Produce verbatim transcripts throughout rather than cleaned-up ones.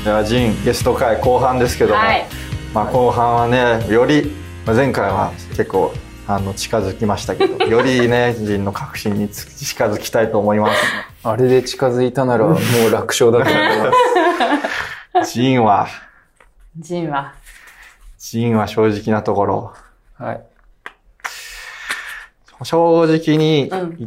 ではジンゲスト会後半ですけども、はい、まあ後半はねより前回は結構あの近づきましたけどよりねジンの確信に近づきたいと思います。 あれで近づいたならもう楽勝だと思います。ジンはジンはジンは正直なところ、 はい、 正直に言って、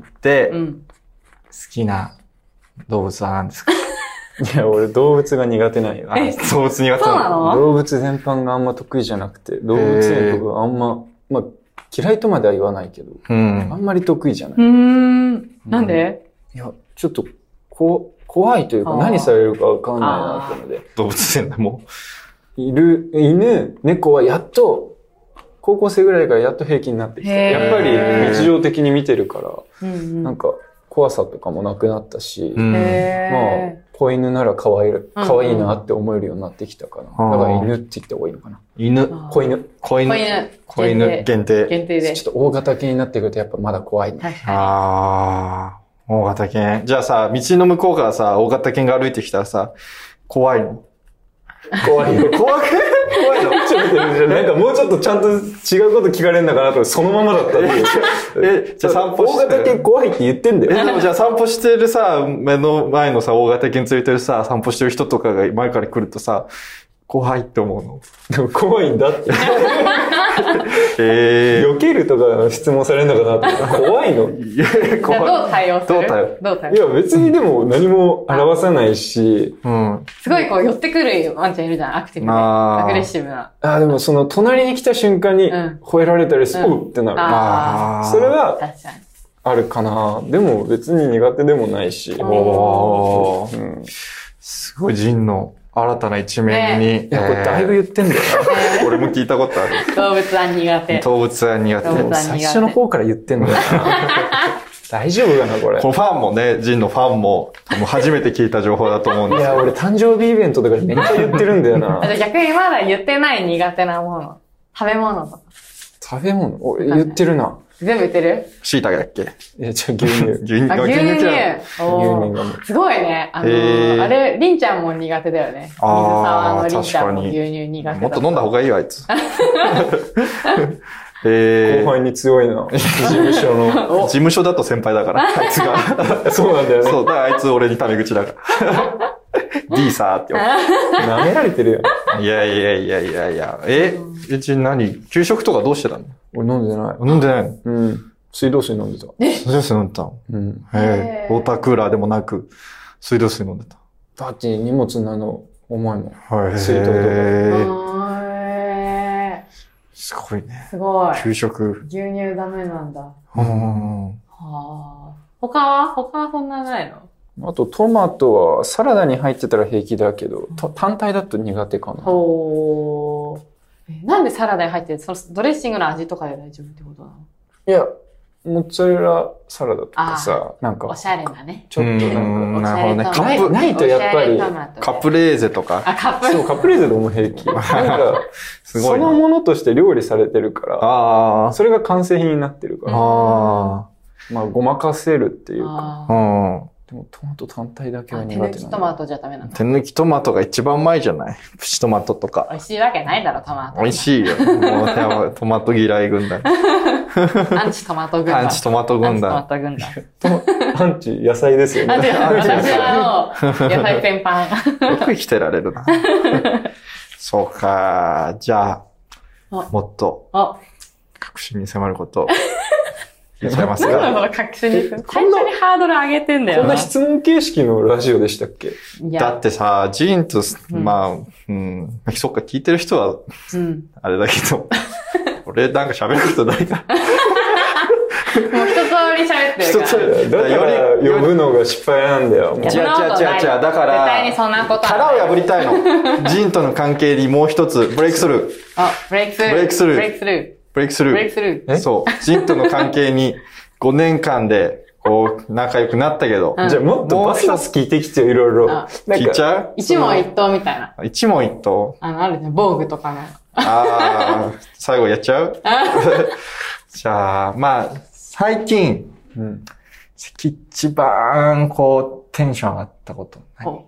うんうん、 好きな動物は何ですか？ いや、俺動物が苦手なんよ。 動物苦手なの？ 動物全般があんま得意じゃなくて、動物園とかあんま、まあ、嫌いとまでは言わないけど、 うん、 あんまり得意じゃない。 うーん。なんで？ いや、ちょっと、こ、怖いというか何されるかわかんないなってので。 動物園でもいる、犬、猫はやっと、高校生ぐらいからやっと平気になってきた。やっぱり日常的に見てるから、 うんうん、 なんか怖さとかもなくなったし、 うん、 まあ、子犬なら可愛い、可愛いなって思えるようになってきたかな。うんうん、だから犬って言った方がいいのかな。 犬。 子犬。 子犬。子犬限定。 限定で。 ちょっと大型犬になってくるとやっぱまだ怖いね。 はいはい、 ああ、大型犬。じゃあさ、道の向こうからさ、大型犬が歩いてきたらさ、怖いの？ 怖いよ。 怖く怖いの？ ちょっと待って、なんかもうちょっとちゃんと違うこと聞かれるんだかなとそのままだったっていう。 え、じゃあ散歩して。 大型犬怖いって言ってんだよ。 え、でもじゃあ散歩してるさ、目の前のさ、大型犬連れてるさ、散歩してる人とかが前から来るとさ、怖いって思うの？ でも怖いんだって。 えー、 避けるとか質問されるのかなって。怖いの？ いや、 怖い。どう対応する？ どう対応？ どう対応？ いや、別にでも何も表さないし。 うん。 すごいこう寄ってくるワンちゃんいるじゃん、アクティブで。アグレッシブな。 ああ、でもその隣に来た瞬間に吠えられたりする、うん、おうってなる。 ああ。それは、 確かに。 あるかな。でも別に苦手でもないし。 おー。うん、すごいジンの新たな一面に。 ね、いや、これだいぶ言ってんだよな。 えー、俺も聞いたことある。 動物は苦手。 動物は苦手。 最初の方から言ってんだよな。大丈夫かな、これ。 このファンもね、ジンのファンも、もう初めて聞いた情報だと思うんですいや、俺誕生日イベントとかでめっちゃ言ってるんだよな。 じゃ逆にまだ言ってない苦手なもの。食べ物とか。 食べ物俺言ってるな。 全部言ってる？ 椎茸だっけ？ いや、じゃ牛乳。 牛乳。 あ、牛乳。牛乳がもう。 すごいね。あのー、あれ、りんちゃんも苦手だよね。水沢のりんちゃんも牛乳苦手。 もっと飲んだ方がいいよ、あいつ。 えー、後輩に強いな。事務所の。 事務所だと先輩だから、あいつが。 そうなんだよね。 そう、だからあいつ俺にタメ口だから。D さーって言われて。舐められてるよ。 いやいやいやいやいや。え、うち何給食とかどうしてたの？ 俺飲んでない。 飲んでないの？ うん。水道水飲んでた。 水道水飲んでたの？ うん。 へえ。ウォータークーラーでもなく、水道水飲んでた。 だって荷物なの重いもん。 はい。 水筒とか。 すごいね。 すごい。 給食。 牛乳ダメなんだ。 うん。 はあ。他は他はそんなないの？ あとトマトはサラダに入ってたら平気だけど、単体だと苦手かな。 ほー。なんでサラダに入ってる？そのドレッシングの味とかで大丈夫ってことなの？ いや、モッツァレラサラダとかさ、なんか。 おしゃれなね。 ちょっとなんか。なるほどね。 カップ、ないとやっぱり。 カプレーゼとか。 あ、カップ。 そう、カプレーゼでも平気。なんか、すごい。そのものとして料理されてるから。ああ。それが完成品になってるから。ああ。まあ、ごまかせるっていうか。うん。でもトマト単体だけは苦手なの。 手抜きトマトじゃダメなの？ 手抜きトマトが一番うまいじゃない？プチトマトとか。 美味しいわけないだろ、トマト。 美味しいよ。もうトマト嫌い軍団。 アンチトマト軍団。 アンチトマト軍団。 アンチトマト軍団。 アンチ野菜ですよね。 アンチ、私は野菜全般。 よく生きてられるな。そうか。じゃあ、もっと、確信に迫ること。言っちゃいますか？ なんだろう、確信にする。最初にハードル上げてんだよな。こんな質問形式のラジオでしたっけ？ だってさ、ジーンと、まあ、うん、そっか、聞いてる人は、あれだけど、俺なんか喋ることないから。 もう一通り喋ってるから。 だから呼ぶのが失敗なんだよ。 違う違う違う違う。だから、 絶対にそんなこと殻を破りたいの。ジンとの関係にもう一つ、ブレイクスルー。 あ、ブレイクスルー。 ブレイクスルー。 ブレイクスルー。 ブレイクスルー。 ブレイクスルー。 そう。ジンとの関係にごねんかんで、こう、仲良くなったけど。 じゃあもっとバスバス聞いてきてよ、いろいろ。 聞いちゃう？ 一問一答みたいな。 一問一答？ あの、あるね、防具とかの。 ああ、最後やっちゃう？じゃあ、まあ、最近、うん、一番、こう、テンション上がったことない。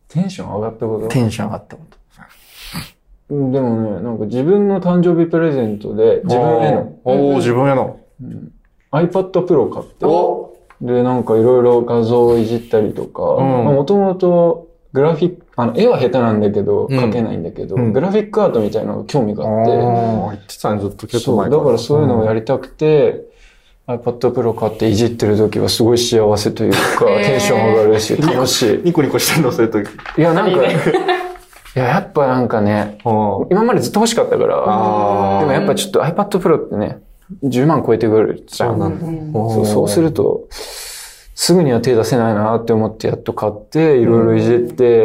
テンション上がったことテンション上がったこと。 でもね、なんか自分の誕生日プレゼントで、自分への。 おー、自分への。 うん、iPad Pro 買って。おで、なんかいろいろ画像をいじったりとか、もともとグラフィック、あの、絵は下手なんだけど、うん、描けないんだけど、うん、グラフィックアートみたいなのが興味があって。ああ、言ってたね、ずっと結構前から。そう、だからそういうのをやりたくて、うん、iPad Pro 買っていじってる時はすごい幸せというか、テンション上がるし、楽しい。 ニコニコしてんの、そういう時。 いや、なんか、いや、やっぱなんかね、今までずっと欲しかったから、でもやっぱちょっと iPad Pro ってね、じゅうまん超えてくるじゃん。そうなんだ。そう、そうすると、すぐには手出せないなって思ってやっと買って、いろいろいじって、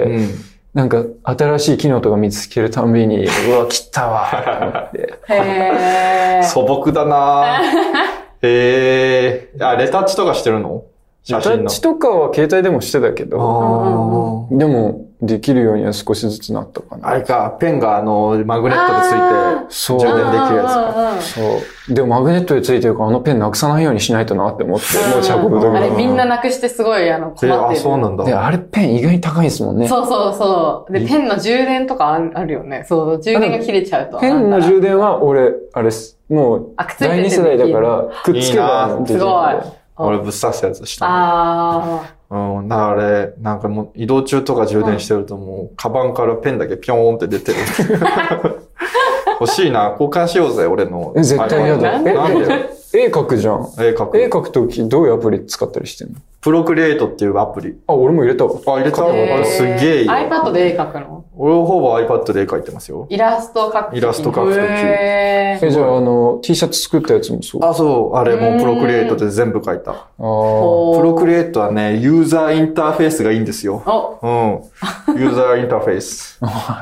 うんうん、なんか新しい機能とか見つけるたんびに、うわ、切ったわって思って。 へー。素朴だなへー。あ、レタッチとかしてるの？ レタッチとかは携帯でもしてたけど、でもできるようには少しずつなったかな。 あれか、ペンがあの、マグネットでついて、充電できるやつか。 そう。でもマグネットでついてるから、あのペンなくさないようにしないとなって思って、持ち運ぶとき。 あれみんななくしてすごい、あの、困ってる。 あ、そうなんだ。 で、あれペン意外に高いですもんね。 そうそうそう。で、ペンの充電とかあるよね。そう、充電が切れちゃうと。 ペンの充電は、俺、あれす、もう、だいに世代だから、くっつけばすごい。 俺ぶっ刺すやつした、ね。 ああ。うん。だからあれ、なんかもう移動中とか充電してるともう、カバンからペンだけピョーンって出てる。欲しいな。交換しようぜ、俺の。 え、絶対嫌だ。 なんで絵描くじゃん。 絵描く。 絵描くときどういうアプリ使ったりしてんの？ プロクリエイトっていうアプリ。 あ、俺も入れたわ。 あ、入れたわ。あれすげえいい。 iPad で絵描くの？ 俺ほぼ iPad で絵描いてますよ。 イラスト描く。 イラスト描くとき。 え、じゃああの、T シャツ作ったやつもそう？ あ、そう。あれもプロクリエイトで全部描いた。あプロクリエイトはね、ユーザーインターフェースがいいんですよ。うん。ユーザーインターフェース。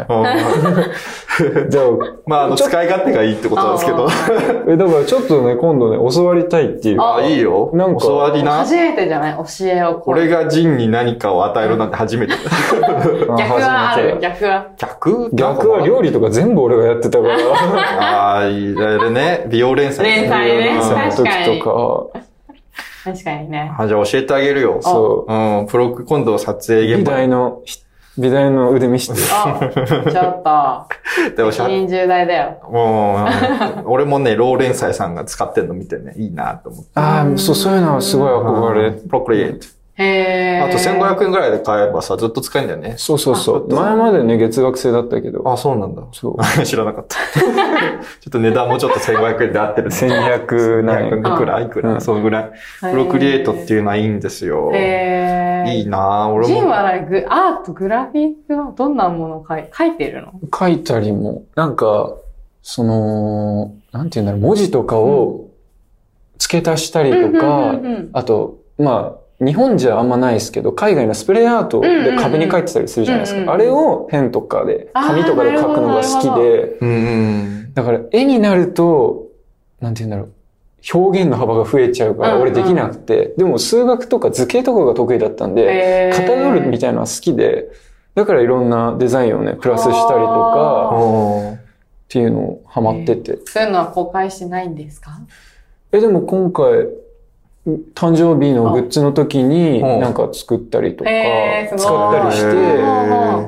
じゃあ、まあ、あの、使い勝手がいいってことなんですけど。 え、だからちょっとね、今度ね、教わりたいっていう。 あ、いいよ。なんか、教わりな。 初めてじゃない教えを。 俺がジンに何かを与えるなんて初めて。 逆はある逆は。 逆逆は料理とか全部俺がやってたから。 ああ、いい。あれね、美容連載。 連載ね。確かに。 とか。 確かにね。 あ、じゃあ教えてあげるよ。そう。うん。プロ、今度撮影現場。 美大の、美大の腕見して。 あ、ちょっと。でも、責任重大だよ。 もう、俺もね、ロー連載さんが使ってんの見てね、いいなと思って。 ああ、そう、そういうのはすごい憧れ。 プロクリエイト。 へー。 あとせんごひゃくえんぐらいで買えばさ、ずっと使えんだよね。 そうそうそう。前までね、月額制だったけど。 あ、そうなんだ。そう。知らなかった。ちょっと値段もちょっとせんごひゃくえんで合ってる。 せんにひゃく何円。 いくらいくら、そうぐらい。プロクリエイトっていうのはいいんですよ。へー。いいなぁ、俺も。 ジンはアート、グラフィックはどんなものを書いてるの？ 書いたりも。なんか、その、なんていうんだろう、文字とかを付け足したりとか、あと、まあ、日本じゃあんまないですけど、海外のスプレーアートで壁に書いてたりするじゃないですか。あれをペンとかで、紙とかで書くのが好きで、だから絵になると、なんて言うんだろう、表現の幅が増えちゃうから俺できなくて、でも数学とか図形とかが得意だったんで、偏るみたいなのは好きで、だからいろんなデザインをね、プラスしたりとか、っていうのをハマってて。 そういうのは公開してないんですか？ え、でも今回、誕生日のグッズの時になんか作ったりとか、使ったりして、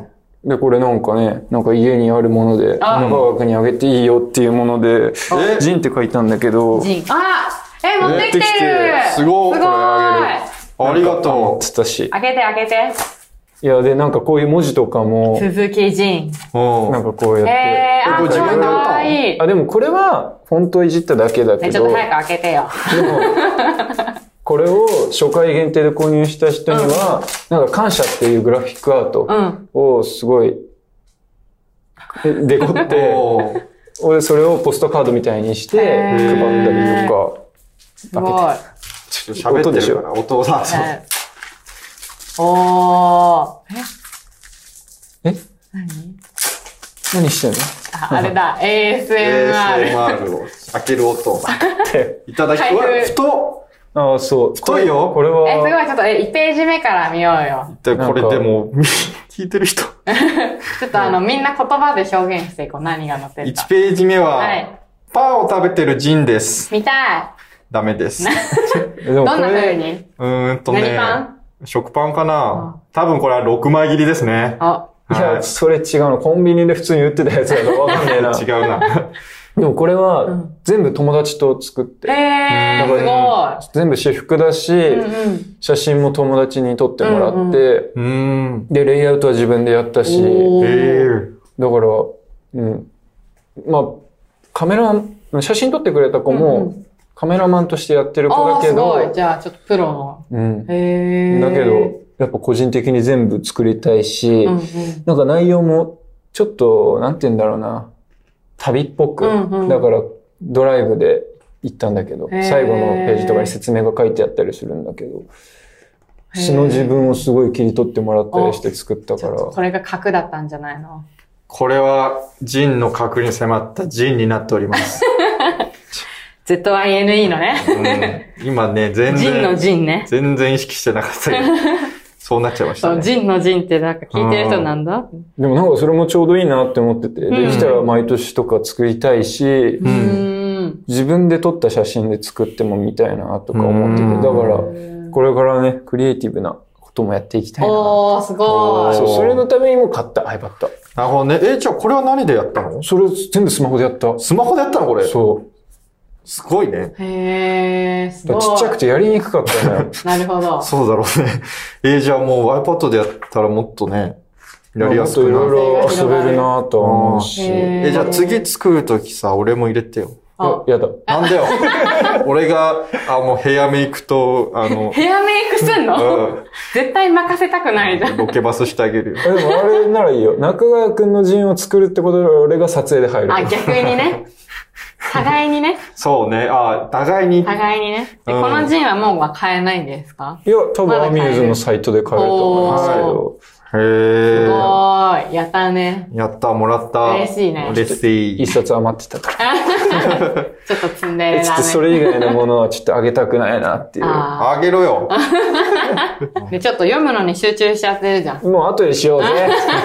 で、これなんかね、なんか家にあるもので、中学にあげていいよっていうもので、ジンって書いたんだけど、 ジン。あえ、持ってきてるすごいこれあげる。ありがとう。 つったし。 あげてあげて。 いや、で、なんかこういう文字とかも、 鈴木ジン。 なんかこうやって。 えー、あ、自分でやったいい。 あ、でもこれは、フォントいじっただけだけど。 ちょっと早く開けてよ。 でも、これを初回限定で購入した人には、うん、なんか感謝っていうグラフィックアートをすごい、デコって、俺それをポストカードみたいにして配ったりとか。 すごい。 ちょっと喋ってるから、音をさ、 おー。 ええ何何してんの？ あ、あれだ、エーエスエムアール。 エーエスエムアール を開ける音をいただきます。太ああ、そう。 太いよ。 これは。 え、すごい、ちょっと、え、いちページ目から見ようよ。 これでも、聞いてる人。ちょっとあの、みんな言葉で表現していこう。何が載ってるか。 いちページ目は、はい、パンを食べてるジンです。 見たい。 ダメです。 どんな風にうーんとね。 何パン？ 食パンかな。多分これはろくまい切りですね。 あ、いや、はい、それ違うの。コンビニで普通に売ってたやつだからわかんねえな。 違うな。 でもこれは、全部友達と作って。 へ、うん、ー、すごい。 全部私服だし、うんうん、写真も友達に撮ってもらって、うんうん、で、レイアウトは自分でやったし、へだから、うん、まあ、カメラ、写真撮ってくれた子も、うんうん、カメラマンとしてやってる子だけど、 あ、すごい。じゃあ、ちょっとプロの。 うん。へー。だけど、やっぱ個人的に全部作りたいし、うんうん、なんか内容も、ちょっと、なんて言うんだろうな、旅っぽく、うんうん、だからドライブで行ったんだけど、最後のページとかに説明が書いてあったりするんだけど、素の自分をすごい切り取ってもらったりして作ったから。 これが核だったんじゃないの？ これは、ジンの核に迫ったジンになっております。 ゼットアイエヌイー のね。 うん、今ね、全然。 ジンのジンね。 全然意識してなかったけど。そうなっちゃいましたね。 そう、ジンのジンってなんか聞いてる人なんだ？ でもなんかそれもちょうどいいなって思ってて、できたら毎年とか作りたいし、うん、自分で撮った写真で作っても見たいなとか思ってて、だからこれからね、クリエイティブなこともやっていきたいな。 おー、すごい。 そう、それのためにも買った iPad。 なるほどね。え、じゃあこれは何でやったの？ それ全部スマホでやった。 スマホでやったのこれ？ そう。 すごいね。 へー、すごい。 ちっちゃくてやりにくかったね。 なるほど。 そうだろうね。えー、じゃあもう iPad でやったらもっとね、やりやすくなる。 いろいろ遊べるなと思うし。 えー、じゃあ次作るときさ、俺も入れてよ。 あ、やだ。 なんだよ。俺が、あ、もうヘアメイクと、あの。 ヘアメイクすんの？うん、絶対任せたくないじゃん。 ロケバスしてあげるよ。 でもあれならいいよ。中川くんの陣を作るってことで俺が撮影で入る。 あ、逆にね。互いにね。 そうね。あ、互いに。 互いにね。で、うん、このジンはもうは買えないんですか？ いや、多分アミューズのサイトで買えると思いますけど。 へー。 すごーい。やったね。 やった、もらった。 嬉しいね。 嬉しい。 一冊余ってたから。 ちょっと積んでるな。 ちょっとそれ以外のものはちょっとあげたくないなっていう。 あげろよ。 で、ちょっと読むのに集中しちゃってるじゃん。 もう後でしようぜ。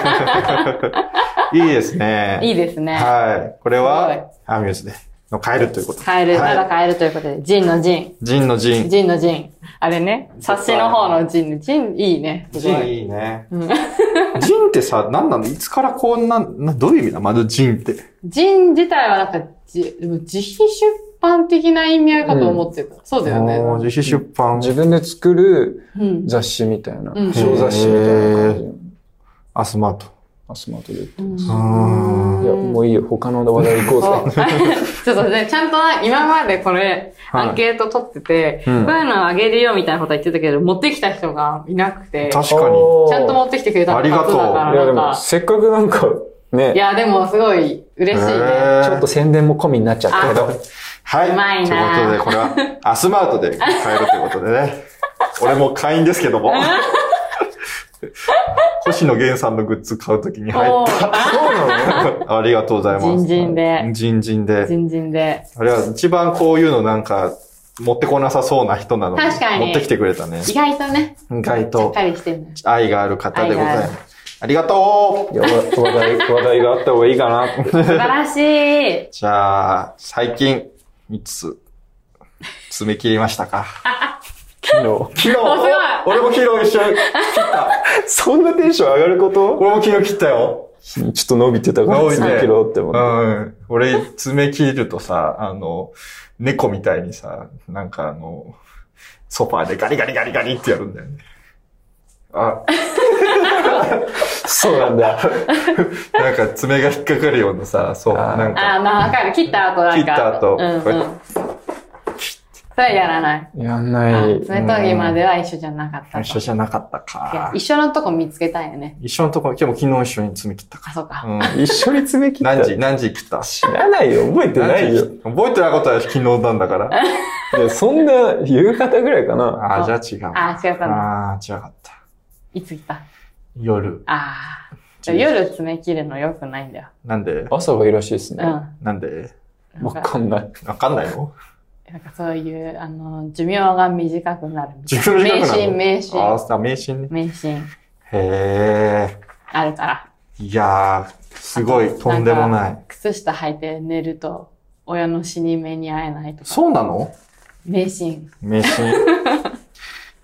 いいですね。 いいですね。 はい。これは、アミューズで。の変えるということ。 変える。まだ変えるということで、ジンのジン。 ジンのジン。 ジンのジン。あれね、冊子の方のジン。ジンいいね。 ジンいいね。ジンってさ、なんなの？いつからこんな、などういう意味だまずジンって。 ジン自体はなんか、じ自費出版的な意味合いかと思ってた。うん、そうだよね。 自費出版。 自分で作る雑誌みたいな。小雑誌みたいな感じ。 アスマート。 アスマートで言ってます。いや、もういいよ。他の話題行こうぜ。 ちょっとね、ちゃんと今までこれ、アンケート取ってて、はい、こういうのあげるよみたいなこと言ってたけど、持ってきた人がいなくて。 確かに。 ちゃんと持ってきてくれたのありがとう。 いや、でも、せっかくなんか、ね。 いや、でもすごい嬉しいね。 ちょっと宣伝も込みになっちゃったけど。 はい。 うまいな。 ということで、これは、アスマートで買えるということでね。俺も会員ですけども。星野源さんのグッズ買うときに入った。そうなの？ありがとうございます。 ジンジンで。 ジンジンで。 ジンジンで。 あれは一番こういうのなんか、持ってこなさそうな人なので。 確かに。 持ってきてくれたね。 意外とね。 意外と。 しっかりしてるね。 愛がある方でございます。ありがとう。 いや、話題、話題があった方がいいかな。 素晴らしい。 じゃあ、最近、いつ、詰め切りましたか？ 昨日。 昨日俺も昨日一緒に切った。 そんなテンション上がること？ 俺も昨日切ったよ。 ちょっと伸びてたから詰め切ろうって思って。 うん。俺、詰め切るとさ、あの、猫みたいにさ、なんかあの、ソファーでガリガリガリガリってやるんだよね。あ。 そうなんだ。 なんか爪が引っかかるようなさ、そう、なんか。 あ、まあわかる。切った後なんか。 切った後。 うんうん。それはやらない。 やんない。 爪研ぎまでは一緒じゃなかった。 一緒じゃなかったか。 一緒のとこ見つけたいよね。 一緒のとこ、今日も昨日一緒に爪切ったか。 あ、そうか。 うん、一緒に爪切った。 何時何時切った？ 知らないよ。覚えてないよ。 覚えてないことは昨日なんだから。 いや、そんな夕方ぐらいかな。 ああ、じゃあ違う。 ああ、違ったんだ。 ああ、違かった。 いつ切った？ 夜。 ああ。じゃあ夜爪切るの良くないんだよ。 なんで？ 朝がいいらしいですね。 うん。 なんで？ わかんない。 わかんないの？ なんかそういう、あの、寿命が短くなる。 寿命短くなる。 迷信、迷信。 ああ、迷信ね。 迷信。 へえ。 あるから。 いやー、すごい、とんでもない。 靴下履いて寝ると、親の死に目に会えないとか。 そうなの？ 迷信。 迷信。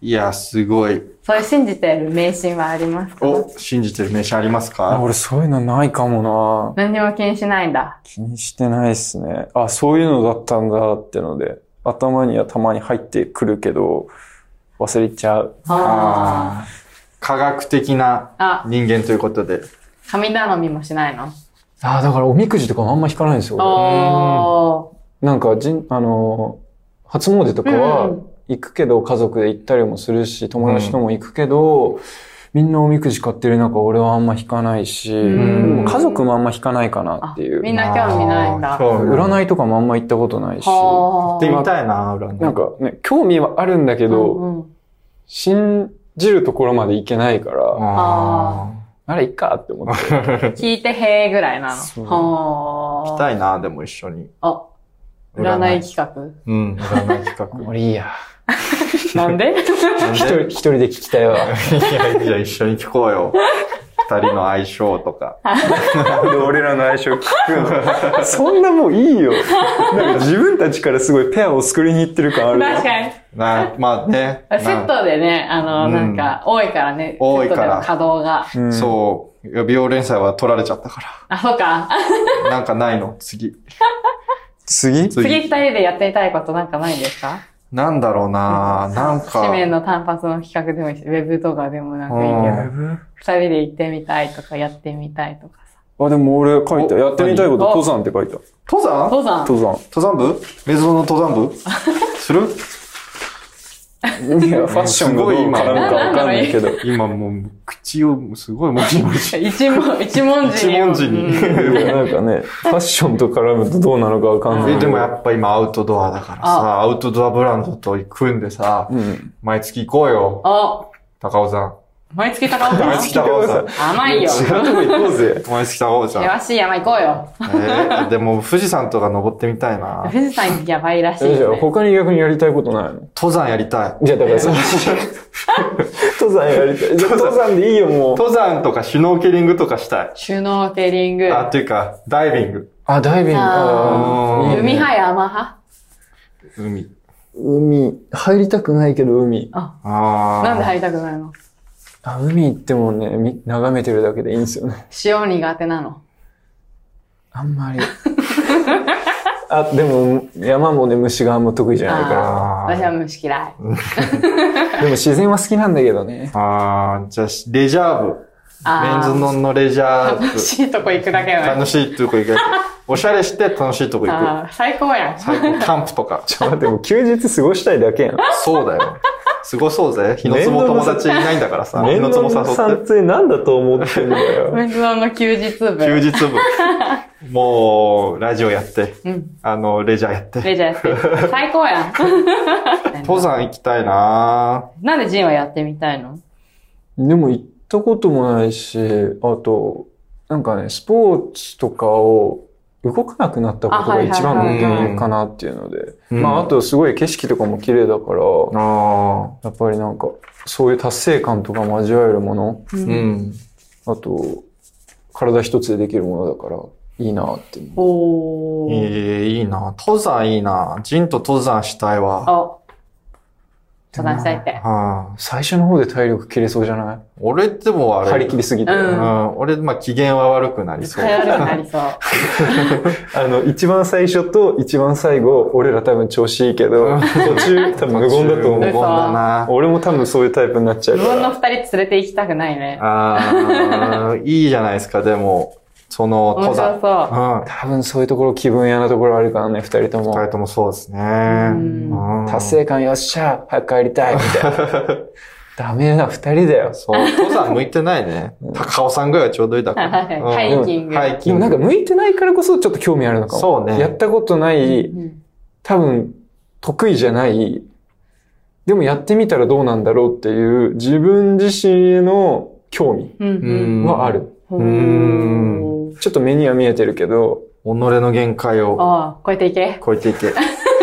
いや、すごい。 そういう信じてる迷信はありますか？ お、信じてる迷信ありますか？ 俺そういうのないかもな。 何にも気にしないんだ。 気にしてないっすね。あ、そういうのだったんだってので、頭にはたまに入ってくるけど、忘れちゃう。 ああ。 科学的な人間ということで。 神頼みもしないの？ ああ、だからおみくじとかもあんま引かないんですよ。 おー。 なんか、じん、あの、初詣とかは行くけど、家族で行ったりもするし、友達とも行くけど、うん、みんなおみくじ買ってる中、俺はあんま引かないし、うん、家族もあんま引かないかなっていう。 みんな興味ないんだ。 占いとかもあんま行ったことないし。 行ってみたいな、占い。 なんかね、興味はあるんだけど、うんうん、信じるところまで行けないから、ああれ、いっかって思って。 聞いてへーぐらいなの。 行きたいな、でも一緒に。 あ、占い企画？ うん、占い企画。 俺いいや。 なんで？ 一人、一人で聞きたいわ。いや、じゃあ一緒に聞こうよ。二人の相性とか。 なんで俺らの相性聞くの？そんなもういいよ。なんか自分たちからすごいペアを作りに行ってる感あるわ。 確かに。 な、まあね。 セットでね、あの、なんか、多いからね。 多いから。 稼働が。 うん、そう。予備用連載は取られちゃったから。 あ、そうか。 なんかないの次。 次次二人でやってみたいことなんかないんですか？ なんだろうななんか。 紙面の単発の企画でもいいし、ウェブとかでもなんかいいけど。二人で行ってみたいとか、やってみたいとかさ。 あ、でも俺書いた。やってみたいこと、登山って書いた。 登山登山登山。 登山部メゾの登山部するいや、ファッションがどう絡むかわかんないけど。 今もう、口をすごいもちもち。 一文、一文字に。 一文字に。 なんかね、ファッションと絡むとどうなのかわかんない。 え、でもやっぱ今アウトドアだからさ、アウトドアブランドと組んでさ、うん、毎月行こうよ。 あ高尾さん。 毎月高尾さん毎月高尾さん。 甘いよ。 違うとこ行こうぜ。 毎月高尾さん。 険しい山行こうよ。 えー、でも富士山とか登ってみたいな。 富士山やばいらしい、ね。 じゃあ他に逆にやりたいことないの？ 登山やりたい。 じゃあだからさ、登山やりたい。登山でいいよもう。 登山とかシュノーケリングとかしたい。 シュノーケリング。 あ、っていうか、ダイビング。 あ、ダイビング。 あ海派山派？ 海。 海、入りたくないけど海。 ああ。なんで入りたくないの？ あ、海行ってもね、眺めてるだけでいいんですよね。 塩苦手なの？ あんまり。あ、でも、山もね、虫があんま得意じゃないから。 私は虫嫌い。 でも自然は好きなんだけどね。 ああ、じゃあ、レジャー部。メンズノンのレジャー部。 楽しいとこ行くだけだね。 楽しいとこ行くだけ。おしゃれして楽しいとこ行く。 あ最高やん。 最高。キャンプとか。 ちょ、待って、もう休日過ごしたいだけやん。 そうだよ。過ごそうぜ。日のつも友達いないんだからさ。 日のつも誘って。メンドさんって何だと思ってんだよ。 メンドさんの休日部。 休日部。もう、ラジオやって、うん、あの、レジャーやって。 レジャーやって。最高やん。 登山行きたいなぁ。 なんでジンはやってみたいの？ でも行ったこともないし、あと、なんかね、スポーツとかを動かなくなったことが一番の原因かなっていうので。まあ、あとすごい景色とかも綺麗だから、あやっぱりなんか、そういう達成感とかも味わえるもの。うん、あと、体一つでできるものだから、いいなって思う。 おー。 ええー、いいな。登山いいな。ジンと登山したいわ。 あ。登山したいって。 はあ、最初の方で体力切れそうじゃない？ 俺でもあれ。 張り切りすぎて。 うん。 うん、俺、まあ、機嫌は悪くなりそう。 悪くなりそう。 あの、一番最初と一番最後、俺ら多分調子いいけど、途中多分無言だと思う。無言だな。 俺も多分そういうタイプになっちゃうから。 無言の二人連れて行きたくないね。 ああ、いいじゃないですか、でも。その、登山。 面白そう。 うん。多分そういうところ気分屋なところあるからね、二人とも。 二人ともそうですね。 達成感よっしゃ、早く帰りたい、みたいな。ダメな、二人だよ。 そう、登山向いてないね。高尾さんぐらいはちょうどいいだから。 ハイキング。 ハイキング。 でもなんか向いてないからこそちょっと興味あるのかも。 そうね。 やったことない、多分得意じゃない、でもやってみたらどうなんだろうっていう自分自身への興味はある。うんちょっと目には見えてるけど、 己の限界をああ超えていけ。 超えていけ。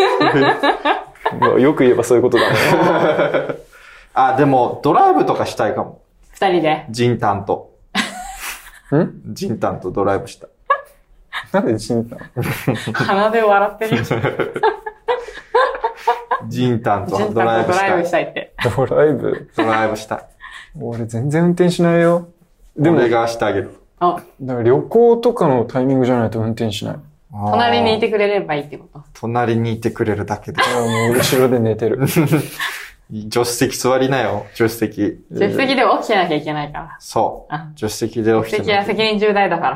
よく言えばそういうことだね。 あ、でもドライブとかしたいかも。 二人で。 ジンタンと。 ん？ ジンタンとドライブした。 なんでジンタン？ 鼻で笑ってるよ。 ジンタンとドライブしたい。ドライブしたいって。 ドライブドライブしたい。 俺全然運転しないよ。 でも俺がしてあげる。 あ、 だから旅行とかのタイミングじゃないと運転しない。 隣にいてくれればいいってこと？ 隣にいてくれるだけで。 もう後ろで寝てる。 助手席座りなよ、助手席。 助手席で起きてなきゃいけないから。 そう。助手席で起きてなきゃ。助手席は責任重大だから。 うん。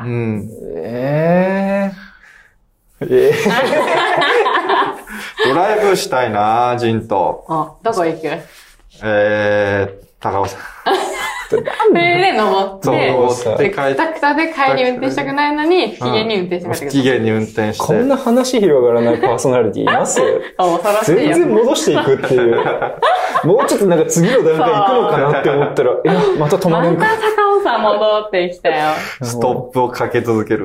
ええー。ええー。 ドライブしたいな、ジンと。 あ、どこ行く？ えー、高尾さん。 それで登って、 登って帰って。くたくたで帰り運転したくないのに、不機嫌に運転して帰ってくる。 不機嫌に運転して。 こんな話広がらないパーソナリティいます恐ろしい。 全然戻していくっていう。もうちょっとなんか次の段階行くのかなって思ったら、え、また止まるんか。 また高尾さん戻ってきたよ。 ストップをかけ続ける。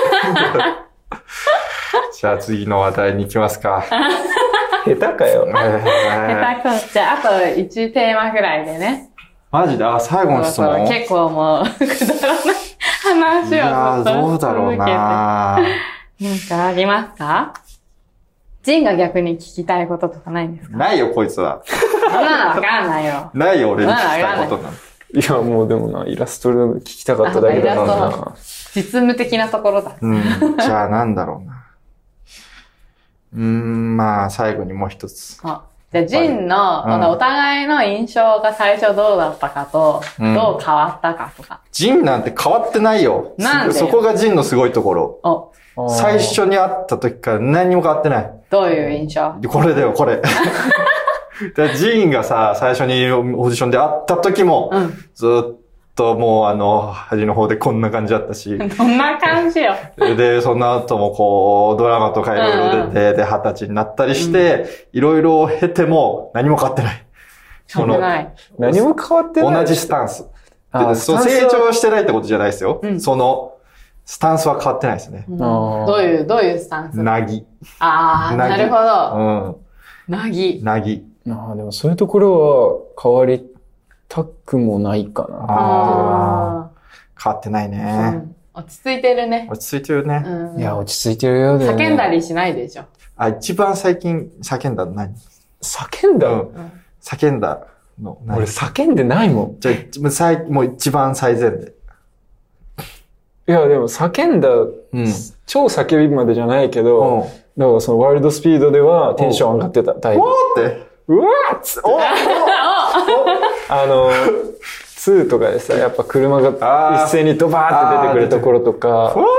じゃあ次の話題に行きますか。 下手かよ。 下手く。じゃああといちテーマぐらいでね。 マジであ、最後の質問。 結構もう、くだらない話をずっと。いやどうだろうななんかありますか？ジンが逆に聞きたいこととかないんですか？ ないよ、こいつは。 そんなのわかんないよ。 ないよ、俺に聞きたいことなんて。 いや、もうでもな、イラストで聞きたかっただけだな。 実務的なところだ。 うん。じゃあなんだろうな。うーん、まあ、最後にもう一つ。 あじゃあ、ジンの、うん、お互いの印象が最初どうだったかと、うん、どう変わったかとか。 ジンなんて変わってないよ。 なんでよ？ そこがジンのすごいところ。お最初に会った時から何にも変わってない。 どういう印象？ これだよ、これ。ジンがさ、最初にオーディションで会った時も、うん、ずっともうあの、端の方でこんな感じだったし。 どんな感じよ。 で、その後もこう、ドラマとかいろいろ出て、うん、で、二十歳になったりして、いろいろ経ても何も変わってない。 変わってない。 何も変わってない。 同じスタンス。でそう成長してないってことじゃないですよ。うん、その、スタンスは変わってないですね。 うん、どういう、どういうスタンス？ なぎ。 ああ、なるほど。うん。なぎ。 なぎ。 ああ、でもそういうところは変わりたくもないかな。 ああ。変わってないね、 うん。落ち着いてるね。 落ち着いてるね。 うん、 いや、落ち着いてるよね。 叫んだりしないでしょ。 あ、一番最近叫んだの何？ 叫んだ、うん、 叫んだの何？ 俺叫んでないもん。 じゃあ、最、もう一番最前で。 いや、でも叫んだ、うん、超叫びまでじゃないけど、うん、だからそのワイルドスピードではテンション上がってたタイプ。 おーって。うわーっつって。おあの、ツーとかでさ、やっぱ車が一斉にドバーって出てくるところとか、 うわーって。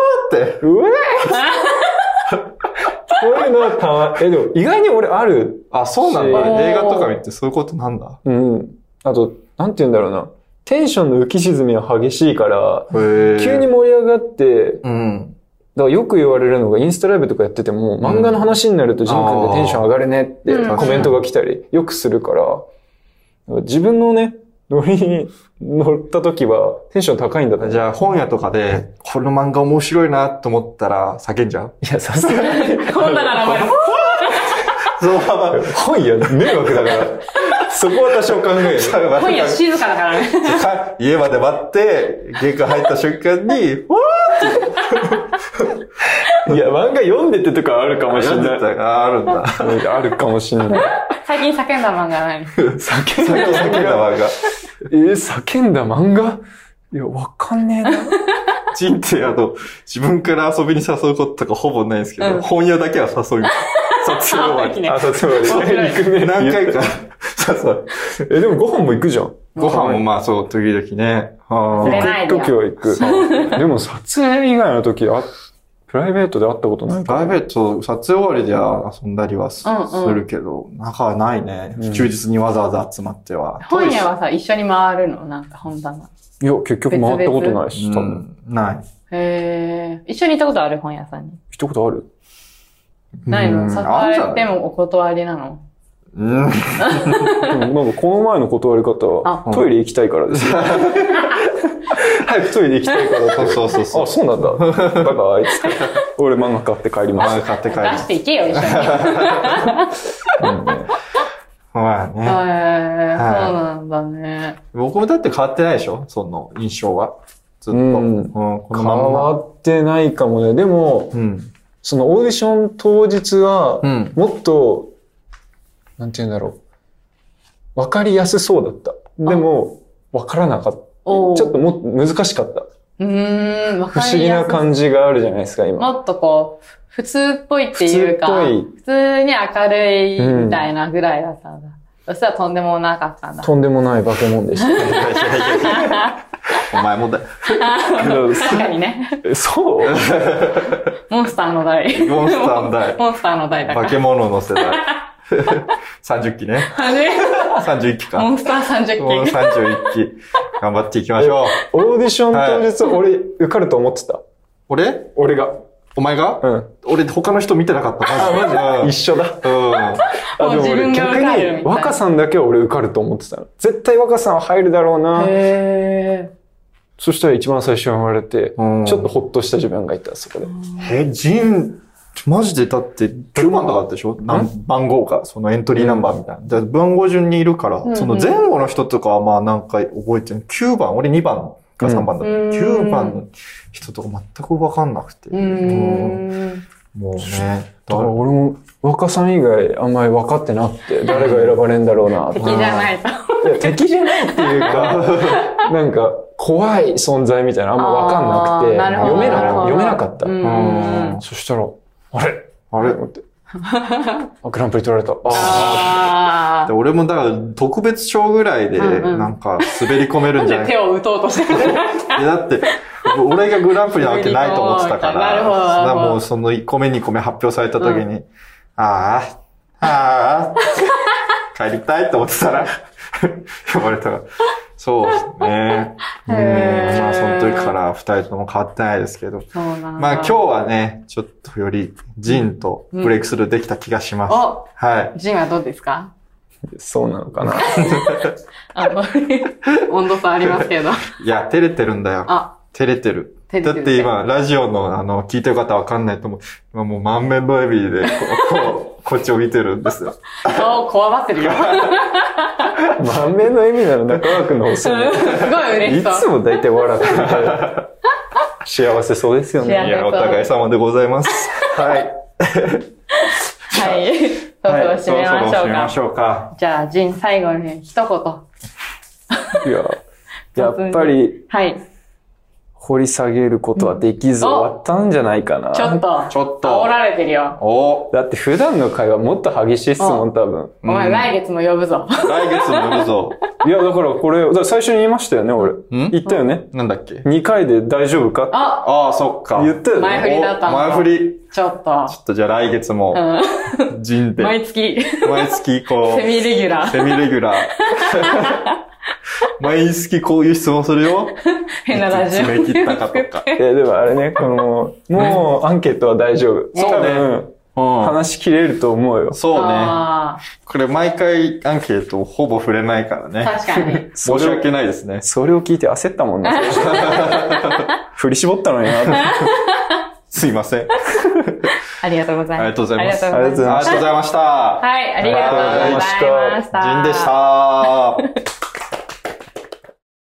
うわーそういうのはたま、え、でも意外に俺ある。 あ、そうなんだ。映画とか見てそういうことなんだ。 うん。あと、なんて言うんだろうな。テンションの浮き沈みは激しいから、急に盛り上がって、うん、だからよく言われるのがインスタライブとかやってても、うん、漫画の話になるとジン君でテンション上がるねってコメントが来たりよくするから、自分のね、ノリに乗った時はテンション高いんだと。 じゃあ本屋とかで、この漫画面白いなと思ったら叫んじゃう？ いや、さすがに。 本棚の前に。 そのまま、本屋迷惑だから。そこは多少考える。 本屋静かだからね。 家まで待って、玄関入った瞬間に、わーって。いや、漫画読んでてとかあるかもしれない。 あ、あるんだ。 あるかもしれない。 最近叫んだ漫画何？ 叫んだ叫んだ漫画。 えー、叫んだ漫画？いや、わかんねえな。 ジンってあの、自分から遊びに誘うこととかほぼないんですけど、うん、本屋だけは誘い。撮影終わり。 あ、撮影終わり。 行くね。何回か。そうそう。 え、でもご飯も行くじゃん。 ご飯もまあそう、時々ね。 あ行く時は行く。でも撮影以外の時あ、プライベートで会ったことないかプライベート、撮影終わりでは遊んだりは す,、うんうん、するけど、中はないね。うん、休日にわざわざ集まっては。 本屋はさ、一緒に回るの？なんか本棚。 いや、結局回ったことないし、多分。 うん、ない。 へー。一緒に行ったことある？本屋さんに。 行ったことある？ ないの？誘われてもお断りなの？ うん。なんかこの前の断り方は、トイレ行きたいからですよ。早くトイレ行きたいからって。 そうそうそう。 あ、そうなんだ。バイバイ。俺漫画買って帰ります。 漫画買って帰ります。 出していけよ、一緒に。 まあね。 へー、そうなんだね。 僕もだって変わってないでしょ？その印象は。ずっと。うん、 このまんま変わってないかもね。でも、うん、そのオーディション当日は、もっと、うんなんて言うんだろう。わかりやすそうだった。でも、わからなかった。ちょっとも難しかった。 うーん、わかりやすい。 不思議な感じがあるじゃないですか、今。 もっとこう、普通っぽいっていうか、普通っぽい。普通に明るいみたいなぐらいだったんだ。うん、そしたらとんでもなかったんだ。 とんでもない化け物でした。 お前もだよ。 確かにね。 そうモンスターの代。 モンスターの代。 モンスターの代だから。 化け物の世代。さんじゅっきね。さんじゅういっきか。 モンスターさんじゅっき。 もうさんじゅういっき。頑張っていきましょう。オーディション当日、はい、俺、受かると思ってた。 俺俺が。 お前がうん。俺、他の人見てなかった。 マジで、うん、一緒だ。うん。あ、でも俺、逆に、若さんだけは俺受かると思ってたの。絶対若さんは入るだろうな。へー。そしたら一番最初に言われて、うん、ちょっとほっとした自分がいた、そこで。 え、ジン、マジでだってきゅうばんとかあったでしょ、番号が、そのエントリーナンバーみたいな。うん、番号順にいるから、うんうん、その前後の人とかはまあ何回覚えてる。きゅうばん、俺にばんかさんばんだった。うん、きゅうばんの人とか全くわかんなくて。うん、もうね。 だから俺も若さん以外あんまり分かってなくて、誰が選ばれんだろうな。 敵じゃないと。 いや、敵じゃないっていうか、なんか怖い存在みたいなあんま分かんなくて、読めなかった。読めなかった。うん、そしたら、あれあれって。グランプリ取られた。 ああ。俺もだから特別賞ぐらいでなんか滑り込めるんじゃない、 なんで手を打とうとしてるいやだって、俺がグランプリなわけないと思ってたから、なるほどなるほど、もうそのいっこめにこめ発表された時に、うん、ああ、ああ、帰りたいと思ってたら、呼ばれたら、そうですね。うん、まあその時から二人とも変わってないですけど、まあ今日はね、ちょっとよりジンとブレイクスルーできた気がします。うん、 お、はい。ジンはどうですか？ そうなのかな。 あんまり温度差ありますけど。 いや、照れてるんだよ。あ、照れてる。だって今、ラジオの、あの、聞いてる方わかんないと思う。今もう満面の笑みで、こう、こう、こっちを見てるんですよ。 顔、こわばってるよ。 満面の笑みなら中川くんの方すごい嬉しそう。いつも大体笑ってるから。幸せそうですよね。 いや、お互い様でございます。はい。 はい。そろそろ締めましょうか。はい、そろそろ締めましょうか。じゃあ、ジン最後に一言。いや、やっぱり、はい。掘り下げることはできず終わったんじゃないかな。 ちょっと。ちょっと。煽られてるよ。 おだって普段の会話もっと激しい質問多分。 お前来月も呼ぶぞ。 来月も呼ぶぞ。 いや、だからこれ、だから最初に言いましたよね、俺。ん言ったよね。 なんだっけ ?に回で大丈夫かあああ、そっか。 言ったよね。 前振りだったの。 前振り。 ちょっと。 ちょっとじゃあ来月も、ジンで。 毎月。 毎月こう。 セミレギュラー。 セミレギュラー。毎月こういう質問するよ。 変なラジオ。 締め切ったかとか。 え、でもあれね、この、もうアンケートは大丈夫。 そうね。 うん、話し切れると思うよ。 そうね。これ毎回アンケートほぼ触れないからね。 確かに。 申し訳ないですね。 それを聞いて焦ったもんね。振り絞ったのにな。 すいません。 ありがとうございます。 ありがとうございます。 ありがとうございました。 ありがとうございました。 はい、ありがとうございました。 ジンでした。